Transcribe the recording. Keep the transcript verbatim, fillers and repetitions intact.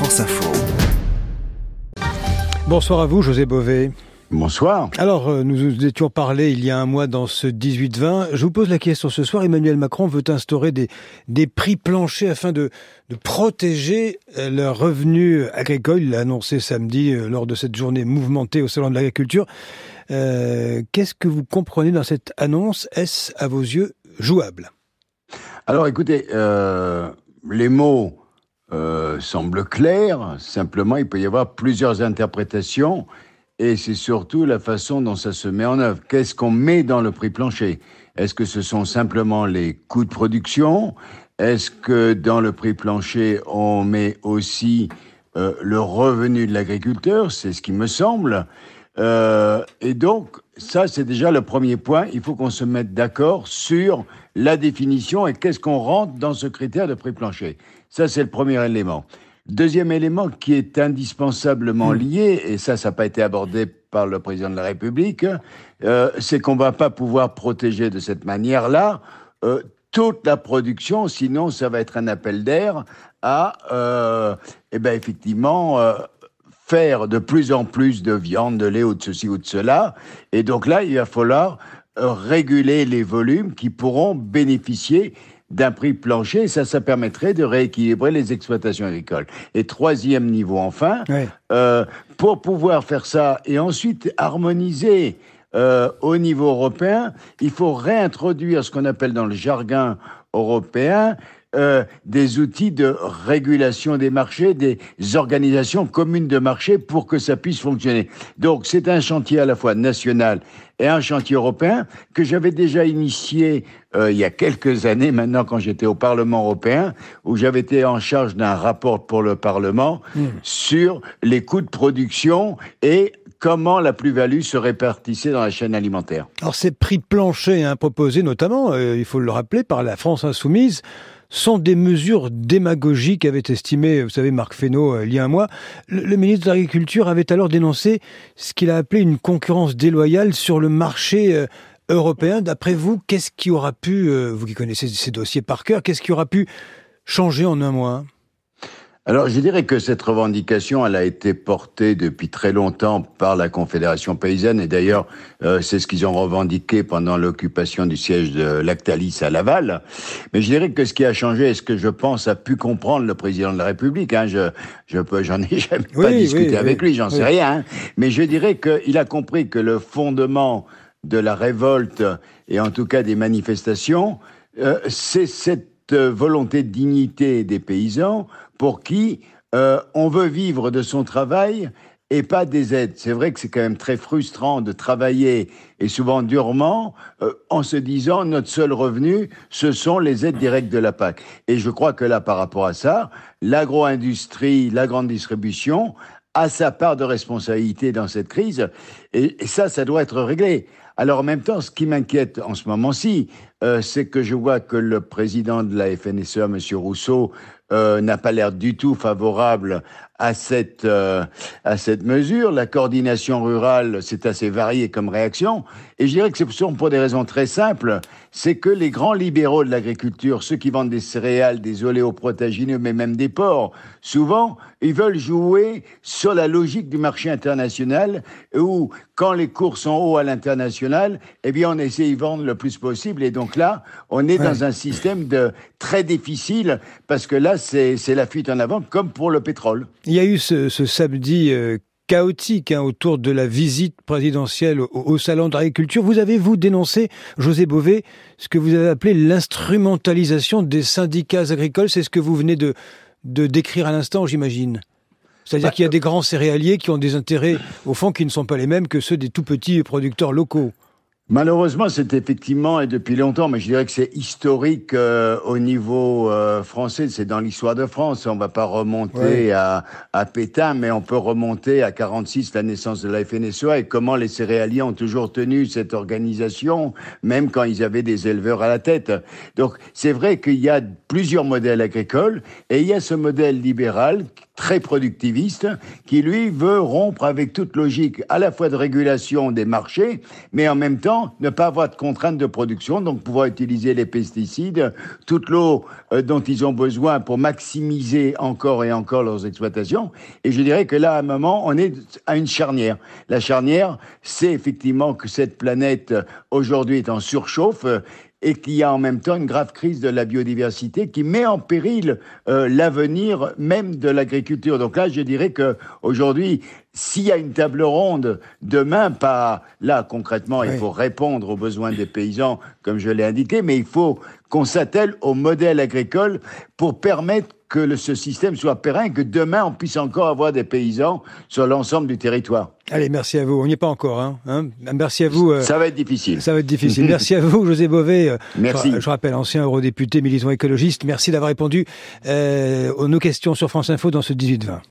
France Info. Bonsoir à vous, José Bové. Bonsoir. Alors, euh, nous étions parlé il y a un mois dans ce dix-huit vingt. Je vous pose la question ce soir. Emmanuel Macron veut instaurer des, des prix planchers afin de, de protéger euh, leurs revenus agricoles. Il l'a annoncé samedi euh, lors de cette journée mouvementée au Salon de l'Agriculture. Euh, qu'est-ce que vous comprenez dans cette annonce? Est-ce, à vos yeux, jouable? Alors, écoutez, euh, les mots euh, semblent clairs. Simplement, il peut y avoir plusieurs interprétations. Et c'est surtout la façon dont ça se met en œuvre. Qu'est-ce qu'on met dans le prix plancher? Est-ce que ce sont simplement les coûts de production? Est-ce que dans le prix plancher, on met aussi euh, le revenu de l'agriculteur? C'est ce qui me semble. Euh, et donc, ça, c'est déjà le premier point. Il faut qu'on se mette d'accord sur la définition et qu'est-ce qu'on rentre dans ce critère de prix plancher. Ça, c'est le premier élément. Deuxième élément qui est indispensablement lié, et ça, ça n'a pas été abordé par le président de la République, euh, c'est qu'on ne va pas pouvoir protéger de cette manière-là euh, toute la production, sinon ça va être un appel d'air à, euh, eh ben, effectivement, euh, faire de plus en plus de viande, de lait ou de ceci ou de cela. Et donc là, il va falloir euh, réguler les volumes qui pourront bénéficier d'un prix plancher, ça, ça permettrait de rééquilibrer les exploitations agricoles. Et troisième niveau, enfin, oui. euh, pour pouvoir faire ça et ensuite harmoniser euh, au niveau européen, il faut réintroduire ce qu'on appelle dans le jargon européen Euh, des outils de régulation des marchés, des organisations communes de marché pour que ça puisse fonctionner. Donc, c'est un chantier à la fois national et un chantier européen que j'avais déjà initié euh, il y a quelques années maintenant quand j'étais au Parlement européen, où j'avais été en charge d'un rapport pour le Parlement mmh. sur les coûts de production et comment la plus-value se répartissait dans la chaîne alimentaire. Alors, ces prix planchers hein, proposés notamment, euh, il faut le rappeler, par la France insoumise, sont des mesures démagogiques, avait estimé, vous savez, Marc Fesneau, euh, il y a un mois. Le, le ministre de l'Agriculture avait alors dénoncé ce qu'il a appelé une concurrence déloyale sur le marché euh, européen. D'après vous, qu'est-ce qui aura pu, euh, vous qui connaissez ces dossiers par cœur, qu'est-ce qui aura pu changer en un mois ? Alors, je dirais que cette revendication, elle a été portée depuis très longtemps par la Confédération paysanne. Et d'ailleurs, euh, c'est ce qu'ils ont revendiqué pendant l'occupation du siège de Lactalis à Laval. Mais je dirais que ce qui a changé, et ce que je pense a pu comprendre le président de la République, hein, je, je peux, j'en ai jamais oui, pas discuté oui, avec oui, lui, j'en oui. sais rien. Hein, mais je dirais qu'il a compris que le fondement de la révolte, et en tout cas des manifestations, euh, c'est cette volonté de dignité des paysans pour qui euh, on veut vivre de son travail et pas des aides. C'est vrai que c'est quand même très frustrant de travailler, et souvent durement, euh, en se disant notre seul revenu, ce sont les aides directes de la P A C. Et je crois que là, par rapport à ça, l'agro-industrie, la grande distribution a sa part de responsabilité dans cette crise, et, et ça, ça doit être réglé. Alors en même temps, ce qui m'inquiète en ce moment-ci, euh, c'est que je vois que le président de la F N S E A, M. Rousseau, euh, n'a pas l'air du tout favorable à cette euh, à cette mesure. La coordination rurale, c'est assez varié comme réaction. Et je dirais que c'est pour des raisons très simples. C'est que les grands libéraux de l'agriculture, ceux qui vendent des céréales, des oléoprotéagineux, mais même des porcs, souvent, ils veulent jouer sur la logique du marché international où, quand les cours sont hauts à l'international, eh bien, on essaie d'y vendre le plus possible. Et donc là, on est ouais. dans un système de très difficile parce que là, c'est, c'est la fuite en avant, comme pour le pétrole. Il y a eu ce, ce samedi euh, chaotique hein, autour de la visite présidentielle au, au Salon de l'Agriculture. Vous avez, vous, dénoncé, José Bové, ce que vous avez appelé l'instrumentalisation des syndicats agricoles. C'est ce que vous venez de, de décrire à l'instant, j'imagine. C'est-à-dire bah, qu'il y a des grands céréaliers qui ont des intérêts, au fond, qui ne sont pas les mêmes que ceux des tout petits producteurs locaux. Malheureusement, c'est effectivement, et depuis longtemps, mais je dirais que c'est historique euh, au niveau euh, français, c'est dans l'histoire de France. On ne va pas remonter ouais. à, à Pétain, mais on peut remonter à quarante-six, la naissance de la F N S E A, et comment les céréaliers ont toujours tenu cette organisation, même quand ils avaient des éleveurs à la tête. Donc, c'est vrai qu'il y a plusieurs modèles agricoles, et il y a ce modèle libéral très productiviste, qui lui veut rompre avec toute logique à la fois de régulation des marchés, mais en même temps deuxièmement, ne pas avoir de contraintes de production, donc pouvoir utiliser les pesticides, toute l'eau euh, dont ils ont besoin pour maximiser encore et encore leurs exploitations. Et je dirais que là, à un moment, on est à une charnière. La charnière, c'est effectivement que cette planète, aujourd'hui, est en surchauffe, et qu'il y a en même temps une grave crise de la biodiversité qui met en péril euh, l'avenir même de l'agriculture. Donc là, je dirais que aujourd'hui, s'il y a une table ronde demain, pas là concrètement, oui. Il faut répondre aux besoins des paysans, comme je l'ai indiqué, mais il faut qu'on s'attelle au modèle agricole pour permettre que le, ce système soit pérenne, que demain on puisse encore avoir des paysans sur l'ensemble du territoire. Allez, merci à vous. On n'y est pas encore, hein, hein. Merci à vous. Euh, ça va être difficile. Ça va être difficile. Merci à vous, José Bové. Euh, merci. Je, je rappelle, ancien eurodéputé, militant écologiste. Merci d'avoir répondu euh, aux nos questions sur France Info dans ce dix-huit vingt.